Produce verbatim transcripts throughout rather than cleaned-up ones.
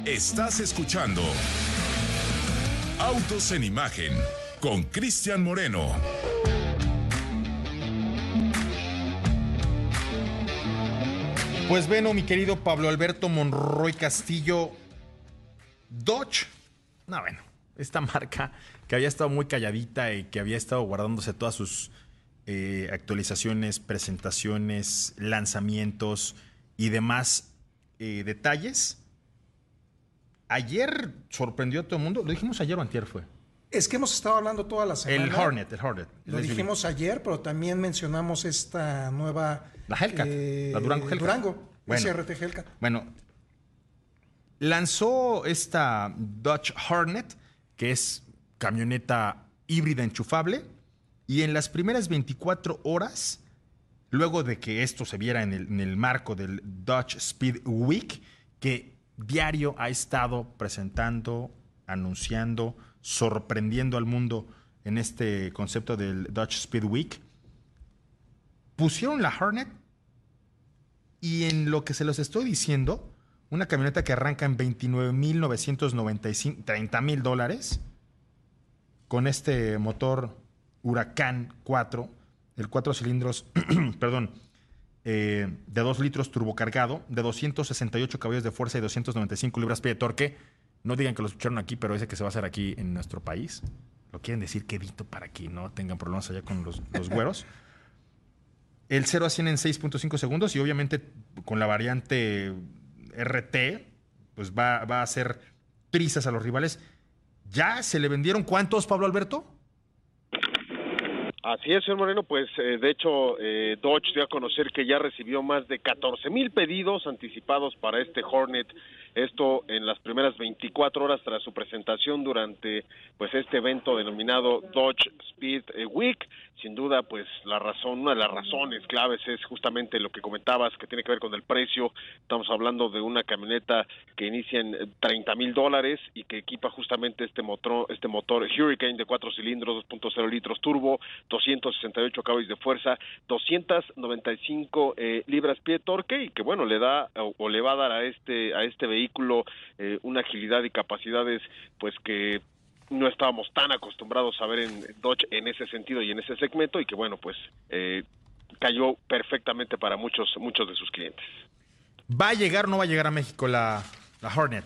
Estás escuchando Autos en Imagen con Cristian Moreno. Pues bueno, mi querido Pablo Alberto Monroy Castillo, Dodge, no bueno, esta marca que había estado muy calladita y que había estado guardándose todas sus eh, actualizaciones, presentaciones, lanzamientos y demás eh, detalles. Ayer sorprendió a todo el mundo. ¿Lo dijimos ayer o antier fue? Es que hemos estado hablando toda la semana. El Hornet, el Hornet. Lo el dijimos ayer, pero también mencionamos esta nueva... La Hellcat, eh, la Durango Hellcat. Durango, bueno, S R T Hellcat. Bueno, lanzó esta Dodge Hornet, que es camioneta híbrida enchufable, y en las primeras veinticuatro horas, luego de que esto se viera en el, en el marco del Dodge Speed Week, que diario ha estado presentando, anunciando, sorprendiendo al mundo en este concepto del Dodge Speed Week, pusieron la Hornet y en lo que se los estoy diciendo, una camioneta que arranca en veintinueve mil novecientos noventa y cinco, treinta mil dólares, con este motor Huracán cuatro, el cuatro cilindros, perdón, Eh, de dos litros turbocargado, de doscientos sesenta y ocho caballos de fuerza y doscientos noventa y cinco libras-pie de torque. No digan que lo escucharon aquí, pero ese que se va a hacer aquí en nuestro país. Lo quieren decir quedito para que no tengan problemas allá con los, los güeros. El cero a cien en seis punto cinco segundos y obviamente con la variante R T, pues va, va a hacer trizas a los rivales. ¿Ya se le vendieron cuántos, Pablo Alberto? Así es, señor Moreno, pues eh, de hecho eh, Dodge dio a conocer que ya recibió más de catorce mil pedidos anticipados para este Hornet, esto en las primeras veinticuatro horas tras su presentación durante pues este evento denominado Dodge Speed Week. Sin duda, pues la razón, una de las razones claves es justamente lo que comentabas, que tiene que ver con el precio. Estamos hablando de una camioneta que inicia en treinta mil dólares y que equipa justamente este motor, este motor Hurricane de cuatro cilindros, dos punto cero litros turbo, doscientos sesenta y ocho caballos de fuerza, doscientos noventa y cinco eh, libras-pie de torque, y que bueno, le da o, o le va a dar a este a este vehículo eh, una agilidad y capacidades pues que no estábamos tan acostumbrados a ver en Dodge en ese sentido y en ese segmento, y que bueno, pues eh, cayó perfectamente para muchos muchos de sus clientes. ¿Va a llegar o no va a llegar a México la, la Hornet?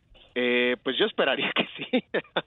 Eh, pues yo esperaría que sí.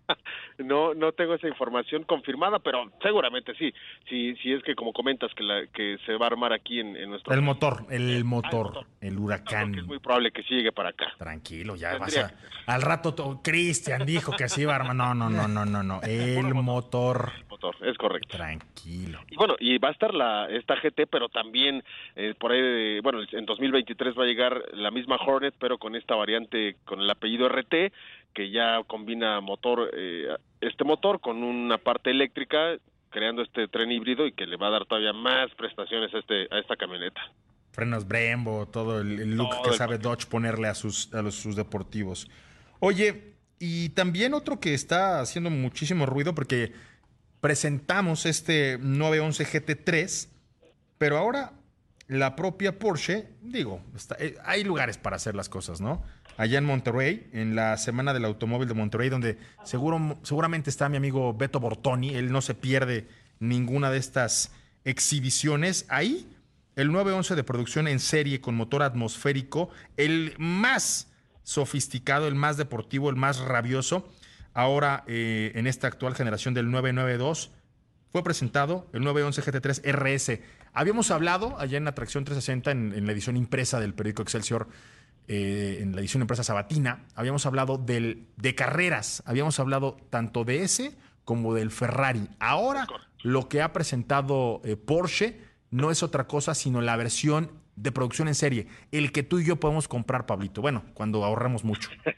no no tengo esa información confirmada, pero seguramente sí. Si sí, sí es que como comentas que la que se va a armar aquí en, en nuestro el país. motor, el, el motor, motor, el Huracán. Es muy probable que sí llegue para acá. Tranquilo, ya Tendría vas a, al rato to, Cristian dijo que así iba a armar. No, no, no, no, no, no. El motor. El motor, es correcto. Tranquilo. Y bueno, y va a estar la esta G T, pero también eh, por ahí, de, bueno, en dos mil veintitrés va a llegar la misma Hornet, pero con esta variante, con el apellido R T, que ya combina motor, eh, este motor con una parte eléctrica, creando este tren híbrido y que le va a dar todavía más prestaciones a este a esta camioneta. Frenos Brembo, todo el, el look todo que el sabe paquete. Dodge ponerle a sus a los, sus deportivos. Oye, y también otro que está haciendo muchísimo ruido porque presentamos este nueve once G T tres, pero ahora la propia Porsche, digo, está, eh, hay lugares para hacer las cosas, ¿no? Allá en Monterrey, en la Semana del Automóvil de Monterrey, donde seguro, seguramente está mi amigo Beto Bortoni, él no se pierde ninguna de estas exhibiciones. Ahí, el nueve once de producción en serie con motor atmosférico, el más sofisticado, el más deportivo, el más rabioso, ahora eh, en esta actual generación del nueve noventa y dos, fue presentado el nueve once G T tres R S. Habíamos hablado allá en Atracción trescientos sesenta, en, en la edición impresa del periódico Excelsior, eh, en la edición impresa sabatina, habíamos hablado del, de carreras, habíamos hablado tanto de ese como del Ferrari. Ahora lo que ha presentado eh, Porsche no es otra cosa sino la versión de producción en serie, el que tú y yo podemos comprar, Pablito. Bueno, cuando ahorramos mucho.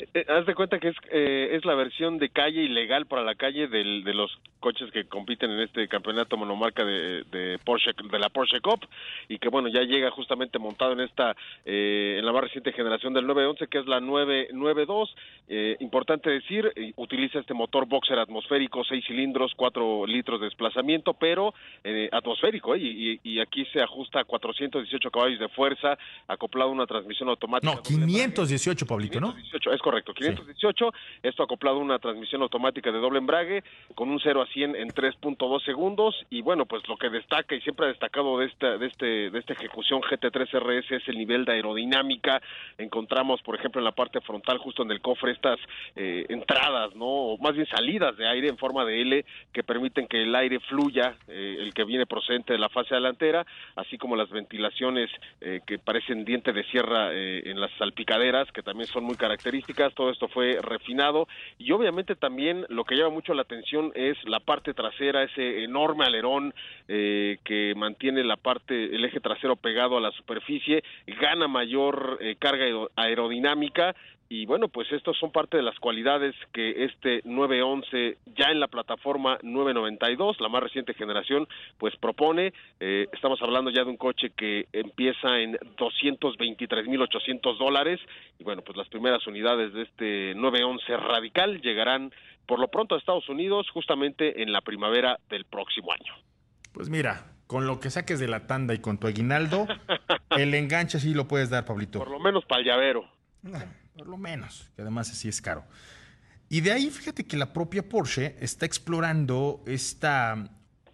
Eh, haz de cuenta que es eh, es la versión de calle ilegal para la calle del, de los coches que compiten en este campeonato monomarca de, de Porsche, de la Porsche Cup, y que bueno, ya llega justamente montado en esta, eh, en la más reciente generación del nueve once, que es la nueve nueve dos. Eh, importante decir, eh, utiliza este motor boxer atmosférico, seis cilindros, cuatro litros de desplazamiento, pero eh, atmosférico, eh, y, y aquí se ajusta a cuatrocientos dieciocho caballos de fuerza, acoplado a una transmisión automática. No, quinientos dieciocho, Pablito, ¿no? quinientos dieciocho, es correcto, quinientos dieciocho, sí. Esto acoplado a una transmisión automática de doble embrague, con un cero a cien en tres punto dos segundos, y bueno, pues lo que destaca y siempre ha destacado de esta, de este, de esta ejecución G T tres R S es el nivel de aerodinámica. Encontramos, por ejemplo, en la parte frontal, justo en el cofre, estas eh, entradas, ¿no? O más bien salidas de aire en forma de L, que permiten que el aire fluya, eh, el que viene procedente de la fase delantera, así como las ventilaciones eh, que parecen diente de sierra eh, en las salpicaderas, que también son muy características. Todo esto fue refinado, y obviamente también lo que llama mucho la atención es la parte trasera, ese enorme alerón eh, que mantiene la parte, el eje trasero pegado a la superficie, gana mayor eh, carga aerodinámica. Y bueno, pues estos son parte de las cualidades que este nueve once, ya en la plataforma nueve noventa y dos, la más reciente generación, pues propone. Eh, estamos hablando ya de un coche que empieza en doscientos veintitrés mil ochocientos dólares, y bueno, pues las primeras unidades de este nueve once radical llegarán por lo pronto a Estados Unidos justamente en la primavera del próximo año. Pues mira, con lo que saques de la tanda y con tu aguinaldo, el enganche sí lo puedes dar, Pablito. Por lo menos para el llavero. Por lo menos, que además así es caro. Y de ahí, fíjate que la propia Porsche está explorando esta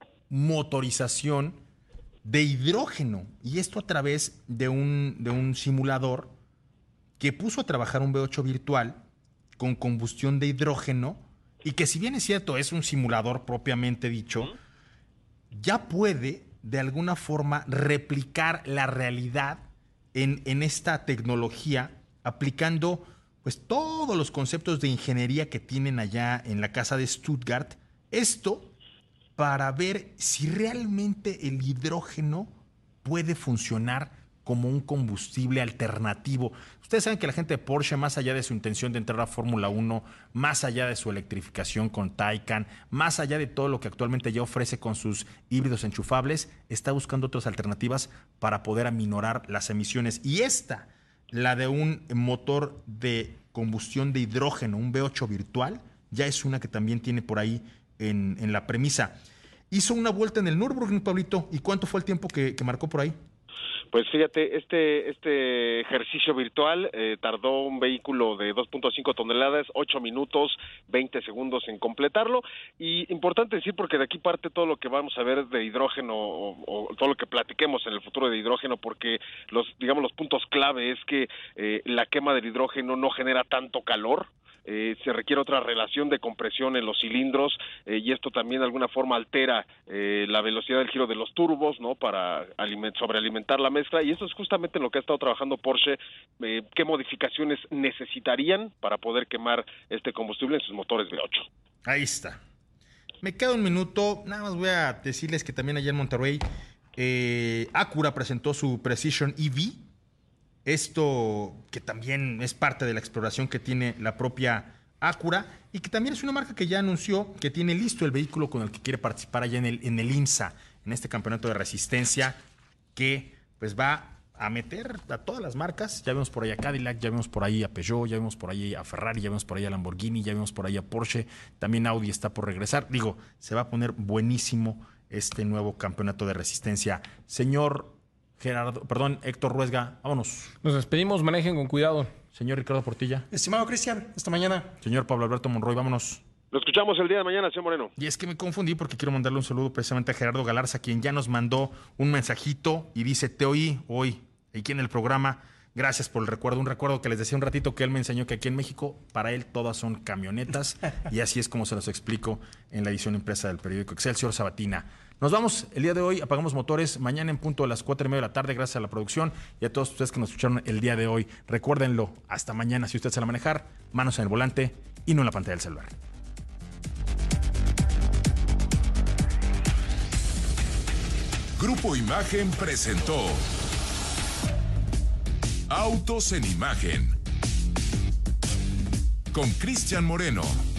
motorización de hidrógeno, y esto a través de un, de un simulador que puso a trabajar un V ocho virtual con combustión de hidrógeno, y que, si bien es cierto, es un simulador propiamente dicho, ya puede de alguna forma replicar la realidad en, en esta tecnología, aplicando pues todos los conceptos de ingeniería que tienen allá en la casa de Stuttgart. Esto para ver si realmente el hidrógeno puede funcionar como un combustible alternativo. Ustedes saben que la gente de Porsche, más allá de su intención de entrar a Fórmula uno, más allá de su electrificación con Taycan, más allá de todo lo que actualmente ya ofrece con sus híbridos enchufables, está buscando otras alternativas para poder aminorar las emisiones. Y esta, la de un motor de combustión de hidrógeno, un V ocho virtual, ya es una que también tiene por ahí en, en la premisa. Hizo una vuelta en el Nürburgring, Pablito, ¿y cuánto fue el tiempo que, que marcó por ahí? Pues fíjate, este este ejercicio virtual eh, tardó un vehículo de dos punto cinco toneladas, ocho minutos, veinte segundos en completarlo. Y importante decir, porque de aquí parte todo lo que vamos a ver de hidrógeno, o, o todo lo que platiquemos en el futuro de hidrógeno, porque los, digamos, los puntos clave es que eh, la quema del hidrógeno no genera tanto calor. Eh, se requiere otra relación de compresión en los cilindros, eh, y esto también de alguna forma altera eh, la velocidad del giro de los turbos, ¿no? Para aliment- sobrealimentar la mezcla, y eso es justamente en lo que ha estado trabajando Porsche. Eh, ¿Qué modificaciones necesitarían para poder quemar este combustible en sus motores V ocho? Ahí está. Me queda un minuto, nada más voy a decirles que también allá en Monterrey, eh, Acura presentó su Precision E V. Esto que también es parte de la exploración que tiene la propia Acura, y que también es una marca que ya anunció que tiene listo el vehículo con el que quiere participar allá en el, en el IMSA, en este campeonato de resistencia, que pues va a meter a todas las marcas. Ya vemos por ahí a Cadillac, ya vemos por ahí a Peugeot, ya vemos por ahí a Ferrari, ya vemos por ahí a Lamborghini, ya vemos por ahí a Porsche, también Audi está por regresar. Digo, se va a poner buenísimo este nuevo campeonato de resistencia. Señor Gerardo, perdón, Héctor Ruesga, vámonos. Nos despedimos, manejen con cuidado. Señor Ricardo Portilla. Estimado Cristian, hasta mañana. Señor Pablo Alberto Monroy, vámonos. Lo escuchamos el día de mañana, señor Moreno. Y es que me confundí porque quiero mandarle un saludo precisamente a Gerardo Galarza, quien ya nos mandó un mensajito y dice: te oí hoy aquí en el programa. Gracias por el recuerdo. Un recuerdo que les decía un ratito que él me enseñó que aquí en México para él todas son camionetas, y así es como se los explico en la edición impresa del periódico Excelsior Sabatina. Nos vamos el día de hoy, apagamos motores, mañana en punto a las cuatro y media de la tarde, gracias a la producción y a todos ustedes que nos escucharon el día de hoy. Recuérdenlo, hasta mañana si usted se la manejar, manos en el volante y no en la pantalla del celular. Grupo Imagen presentó Autos en Imagen con Cristian Moreno.